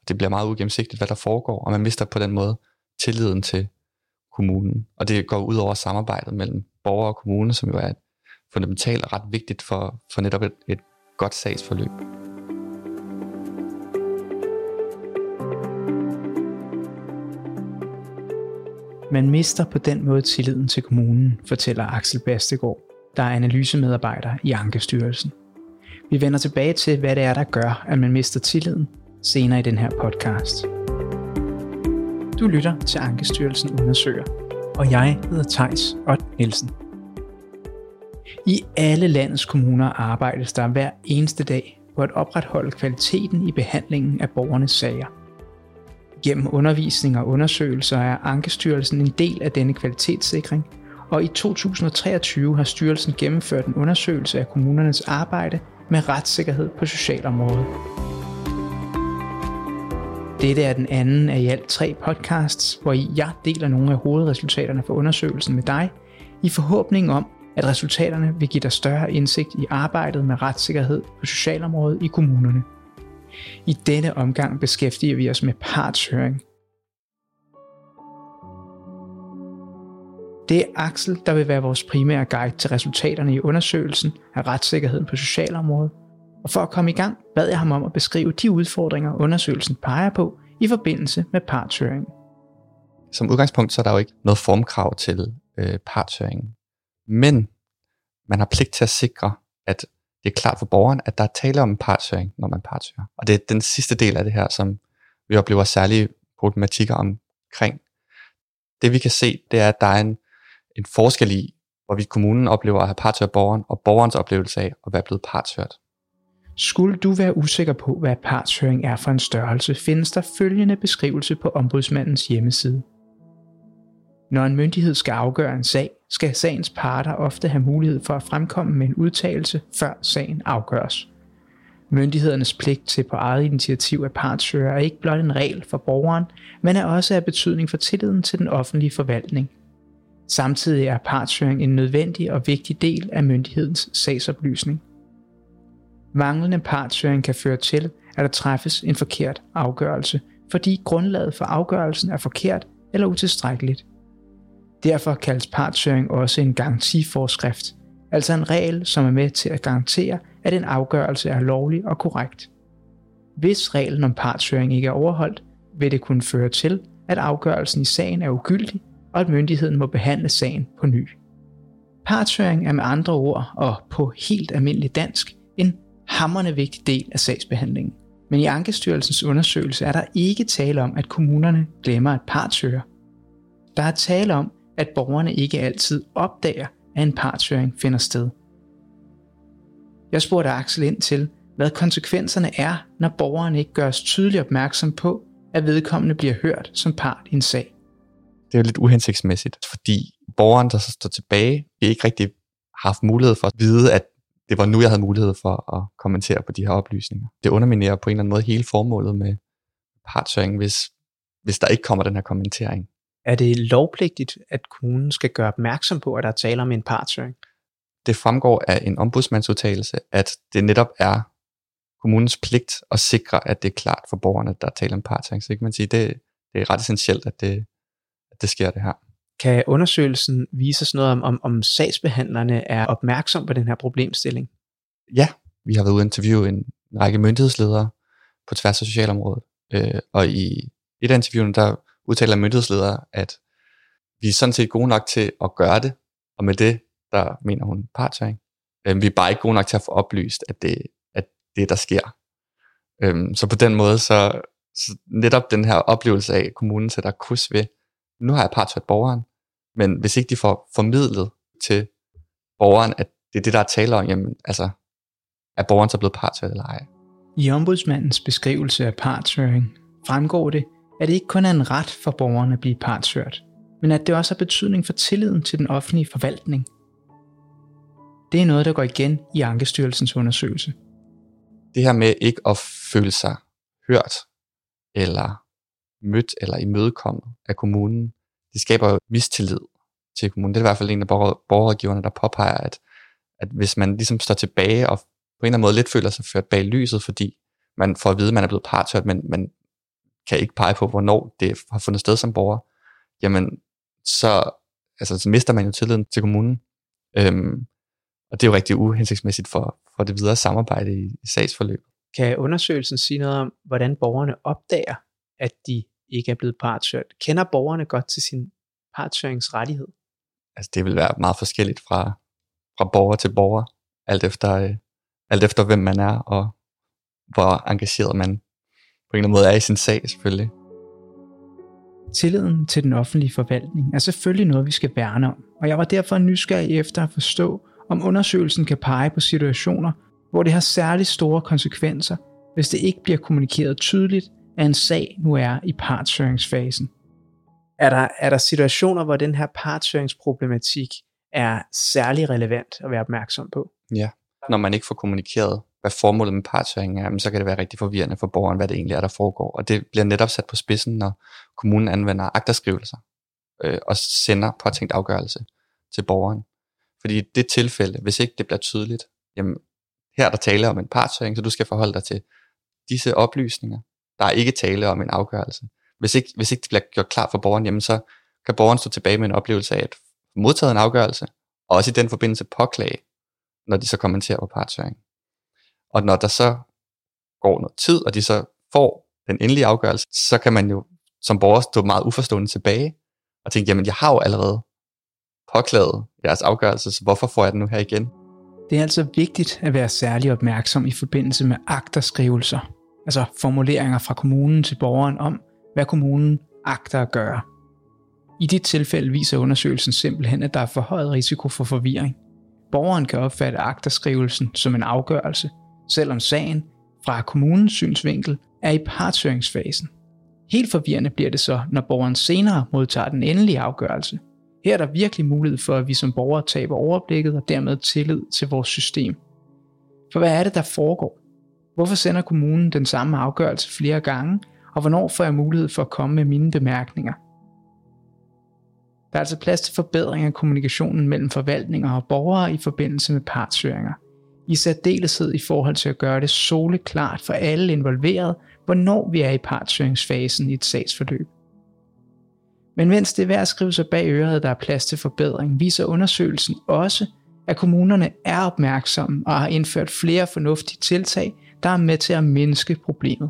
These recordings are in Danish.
Det bliver meget ugennemsigtigt, hvad der foregår, og man mister på den måde tilliden til kommunen. Og det går ud over samarbejdet mellem borger og kommune, som jo er fundamentalt og ret vigtigt for netop et godt sagsforløb. Man mister på den måde tilliden til kommunen, fortæller Axel Bastegård, der er analysemedarbejder i Ankestyrelsen. Vi vender tilbage til, hvad det er, der gør, at man mister tilliden, senere i den her podcast. Du lytter til Ankestyrelsen undersøger, og jeg hedder Theis Ott Nielsen. I alle landets kommuner arbejdes der hver eneste dag på at opretholde kvaliteten i behandlingen af borgernes sager. Gennem undervisning og undersøgelser er Ankestyrelsen en del af denne kvalitetssikring, og i 2023 har styrelsen gennemført en undersøgelse af kommunernes arbejde med retssikkerhed på socialområdet. Dette er den anden af i alt 3 podcasts, hvor jeg deler nogle af hovedresultaterne for undersøgelsen med dig, i forhåbning om, at resultaterne vil give dig større indsigt i arbejdet med retssikkerhed på socialområdet i kommunerne. I denne omgang beskæftiger vi os med partshøring. Det er Axel, der vil være vores primære guide til resultaterne i undersøgelsen af retssikkerheden på socialområdet. Og for at komme i gang, bad jeg ham om at beskrive de udfordringer, undersøgelsen peger på i forbindelse med partshøringen. Som udgangspunkt så er der jo ikke noget formkrav til partshøringen. Men man har pligt til at sikre, at det er klart for borgeren, at der er tale om en partshøring, når man partshører. Og det er den sidste del af det her, som vi oplever særlige problematikker omkring. Det vi kan se, det er, at der er en forskel i, hvorvidt kommunen oplever at have partshørt borgeren, og borgerens oplevelse af at være blevet partshørt. Skulle du være usikker på, hvad partshøring er for en størrelse, findes der følgende beskrivelse på ombudsmandens hjemmeside. Når en myndighed skal afgøre en sag, skal sagens parter ofte have mulighed for at fremkomme med en udtalelse, før sagen afgøres. Myndighedernes pligt til på eget initiativ at partshøre er ikke blot en regel for borgeren, men er også af betydning for tilliden til den offentlige forvaltning. Samtidig er partshøring en nødvendig og vigtig del af myndighedens sagsoplysning. Manglende partshøring kan føre til, at der træffes en forkert afgørelse, fordi grundlaget for afgørelsen er forkert eller utilstrækkeligt. Derfor kaldes partshøring også en garantiforskrift, altså en regel, som er med til at garantere, at en afgørelse er lovlig og korrekt. Hvis reglen om partshøring ikke er overholdt, vil det kunne føre til, at afgørelsen i sagen er ugyldig, og at myndigheden må behandle sagen på ny. Partshøring er med andre ord, og på helt almindelig dansk, en hamrende vigtig del af sagsbehandlingen. Men i Ankestyrelsens undersøgelse er der ikke tale om, at kommunerne glemmer at partshøre. Der er tale om, at borgerne ikke altid opdager, at en partshøring finder sted. Jeg spurgte Axel ind til, hvad konsekvenserne er, når borgeren ikke gøres tydeligt opmærksom på, at vedkommende bliver hørt som part i en sag. Det er jo lidt uhensigtsmæssigt, fordi borgeren, der så står tilbage, ikke rigtig har haft mulighed for at vide, at det var nu, jeg havde mulighed for at kommentere på de her oplysninger. Det underminerer på en eller anden måde hele formålet med partshøring, hvis der ikke kommer den her kommentering. Er det lovpligtigt, at kommunen skal gøre opmærksom på, at der er tale om en partshøring? Det fremgår af en ombudsmandsudtalelse, at det netop er kommunens pligt at sikre, at det er klart for borgerne, at der er tale om partshøring. Så kan man sige, det er ret essentielt, at det sker det her. Kan undersøgelsen vise os noget om sagsbehandlerne er opmærksom på den her problemstilling? Ja, vi har været ude at interviewe en række myndighedsledere på tværs af socialområdet. Og i et af interviewene, der udtaler myndighedsledere, at vi er sådan set gode nok til at gøre det, og med det, der mener hun partshøring. Vi er bare ikke gode nok til at få oplyst, at det der sker. Så på den måde, så netop den her oplevelse af, at kommunen sætter kryds ved, nu har jeg partshørt borgeren, men hvis ikke de får formidlet til borgeren, at det er det, der er tale om, jamen altså, er borgeren så blevet partshørt eller ej? I ombudsmandens beskrivelse af partshøring fremgår det, at det ikke kun er en ret for borgerne at blive partshørt, men at det også har betydning for tilliden til den offentlige forvaltning. Det er noget, der går igen i Ankestyrelsens undersøgelse. Det her med ikke at føle sig hørt, eller mødt, eller imødekommet af kommunen, det skaber jo mistillid til kommunen. Det er i hvert fald en af borgerrådgiverne, der påpeger, at hvis man ligesom står tilbage, og på en eller anden måde lidt føler sig ført bag lyset, fordi man får at vide, at man er blevet partshørt, men kan ikke pege på, hvornår det har fundet sted som borger, jamen så mister man jo tilliden til kommunen. Og det er jo rigtig uhensigtsmæssigt for det videre samarbejde i sagsforløb. Kan undersøgelsen sige noget om, hvordan borgerne opdager, at de ikke er blevet partshørt? Kender borgerne godt til sin partshøringsrettighed? Altså det vil være meget forskelligt fra borger til borger, alt efter hvem man er, og hvor engageret man på en eller anden måde er i sin sag selvfølgelig. Tilliden til den offentlige forvaltning er selvfølgelig noget, vi skal værne om, og jeg var derfor nysgerrig efter at forstå, om undersøgelsen kan pege på situationer, hvor det har særligt store konsekvenser, hvis det ikke bliver kommunikeret tydeligt, at en sag nu er i partshøringsfasen. Er der situationer, hvor den her partshøringsproblematik er særlig relevant at være opmærksom på? Ja, når man ikke får kommunikeret, hvad formålet med partshøringen er, så kan det være rigtig forvirrende for borgeren, hvad det egentlig er, der foregår. Og det bliver netop sat på spidsen, når kommunen anvender agterskrivelser og sender påtænkt afgørelse til borgeren. Fordi i det tilfælde, hvis ikke det bliver tydeligt, jamen her er der tale om en partshøring, så du skal forholde dig til disse oplysninger. Der er ikke tale om en afgørelse. Hvis ikke det bliver gjort klart for borgeren, jamen så kan borgeren stå tilbage med en oplevelse af at få modtaget en afgørelse, og også i den forbindelse påklage, når de så kommenterer på partshøring. Og når der så går noget tid, og de så får den endelige afgørelse, så kan man jo som borger stå meget uforstående tilbage, og tænke, jamen jeg har jo allerede påklaget jeres afgørelse, så hvorfor får jeg den nu her igen? Det er altså vigtigt at være særlig opmærksom i forbindelse med agterskrivelser, altså formuleringer fra kommunen til borgeren om, hvad kommunen agter at gøre. I dit tilfælde viser undersøgelsen simpelthen, at der er forhøjet risiko for forvirring. Borgeren kan opfatte agterskrivelsen som en afgørelse, selvom sagen fra kommunens synsvinkel er i partshøringsfasen. Helt forvirrende bliver det så, når borgeren senere modtager den endelige afgørelse. Her er der virkelig mulighed for, at vi som borgere taber overblikket og dermed tillid til vores system. For hvad er det, der foregår? Hvorfor sender kommunen den samme afgørelse flere gange, og hvornår får jeg mulighed for at komme med mine bemærkninger? Der er altså plads til forbedring af kommunikationen mellem forvaltninger og borgere i forbindelse med partshøringer. I særdeleshed i forhold til at gøre det soleklart for alle involverede, hvornår vi er i partshøringsfasen i et sagsforløb. Men mens det er værd at skrive sig bag øret, der er plads til forbedring, viser undersøgelsen også, at kommunerne er opmærksomme og har indført flere fornuftige tiltag, der er med til at mindske problemet.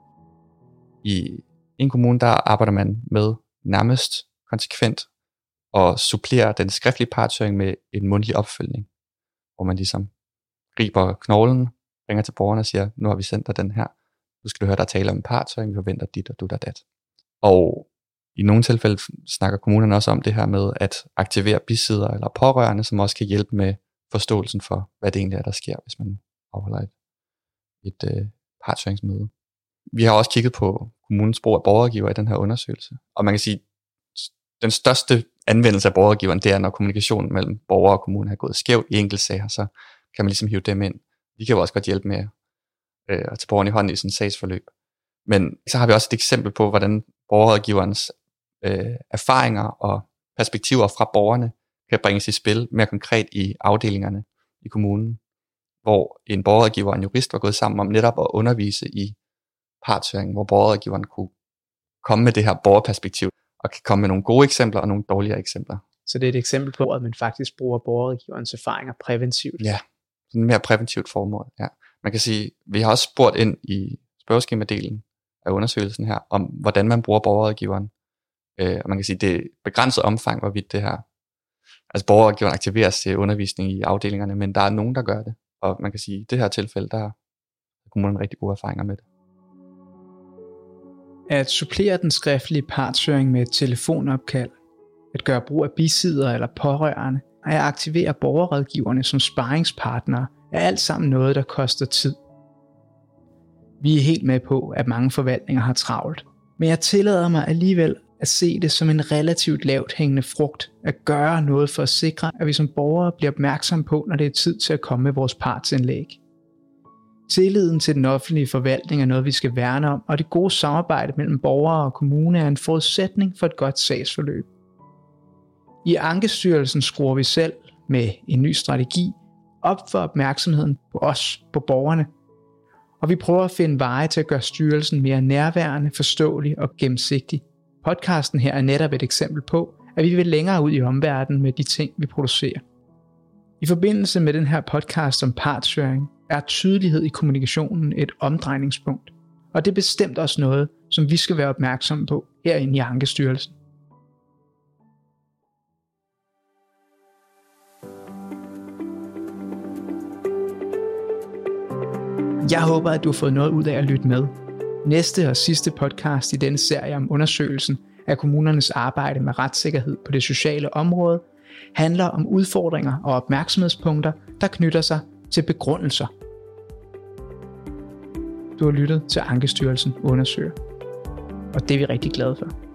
I en kommune, der arbejder man med nærmest konsekvent og supplerer den skriftlige partshøring med en mundtlig opfølgning, hvor man ligesom griber knoglen, ringer til borgerne og siger, nu har vi sendt dig den her, nu skal du høre, der taler om en partshøring, vi forventer dit og du der dat. Og i nogle tilfælde snakker kommunerne også om det her med at aktivere bisidder eller pårørende, som også kan hjælpe med forståelsen for, hvad det egentlig er, der sker, hvis man afholder et partshøringsmøde. Vi har også kigget på kommunens brug af borgerrådgiver i den her undersøgelse, og man kan sige, den største anvendelse af borgerrådgiveren, det er, når kommunikationen mellem borger og kommune er gået skævt i enkeltsager, så kan man ligesom hive dem ind. De kan jo også godt hjælpe med at tage borgeren i hånden i sådan et sagsforløb. Men så har vi også et eksempel på, hvordan borgerrådgiverens erfaringer og perspektiver fra borgerne kan bringes i spil mere konkret i afdelingerne i kommunen, hvor en borgerrådgiver og en jurist var gået sammen om netop at undervise i partshøring, hvor borgerrådgiveren kunne komme med det her borgerperspektiv og kan komme med nogle gode eksempler og nogle dårligere eksempler. Så det er et eksempel på, at man faktisk bruger borgerrådgiverens erfaringer præventivt. Ja, sådan mere præventivt formål. Ja. Man kan sige, vi har også spurgt ind i spørgeskema-delen af undersøgelsen her, om hvordan man bruger borgerrådgiveren. Og man kan sige, det er begrænset omfang, hvorvidt det her, altså borgerrådgiveren aktiveres til undervisning i afdelingerne, men der er nogen, der gør det. Og man kan sige, i det her tilfælde, der har kommunerne rigtig gode erfaringer med det. At supplere den skriftlige partshøring med et telefonopkald, at gøre brug af bisidder eller pårørende, og at aktivere borgerrådgiverne som sparringspartnere, er alt sammen noget, der koster tid. Vi er helt med på, at mange forvaltninger har travlt, men jeg tillader mig alligevel at se det som en relativt lavt hængende frugt, at gøre noget for at sikre, at vi som borgere bliver opmærksomme på, når det er tid til at komme med vores partsindlæg. Tilliden til den offentlige forvaltning er noget, vi skal værne om, og det gode samarbejde mellem borgere og kommune er en forudsætning for et godt sagsforløb. I Ankestyrelsen skruer vi selv med en ny strategi op for opmærksomheden på os, på borgerne, Og vi prøver at finde veje til at gøre styrelsen mere nærværende, forståelig og gennemsigtig. Podcasten her er netop et eksempel på, at vi vil længere ud i omverdenen med de ting, vi producerer. I forbindelse med den her podcast om partshøring er tydelighed i kommunikationen et omdrejningspunkt. Og det er bestemt også noget, som vi skal være opmærksomme på herinde i Ankestyrelsen. Jeg håber, at du har fået noget ud af at lytte med. Næste og sidste podcast i denne serie om undersøgelsen af kommunernes arbejde med retssikkerhed på det sociale område handler om udfordringer og opmærksomhedspunkter, der knytter sig til begrundelser. Du har lyttet til Ankestyrelsen undersøger, og det er vi rigtig glade for.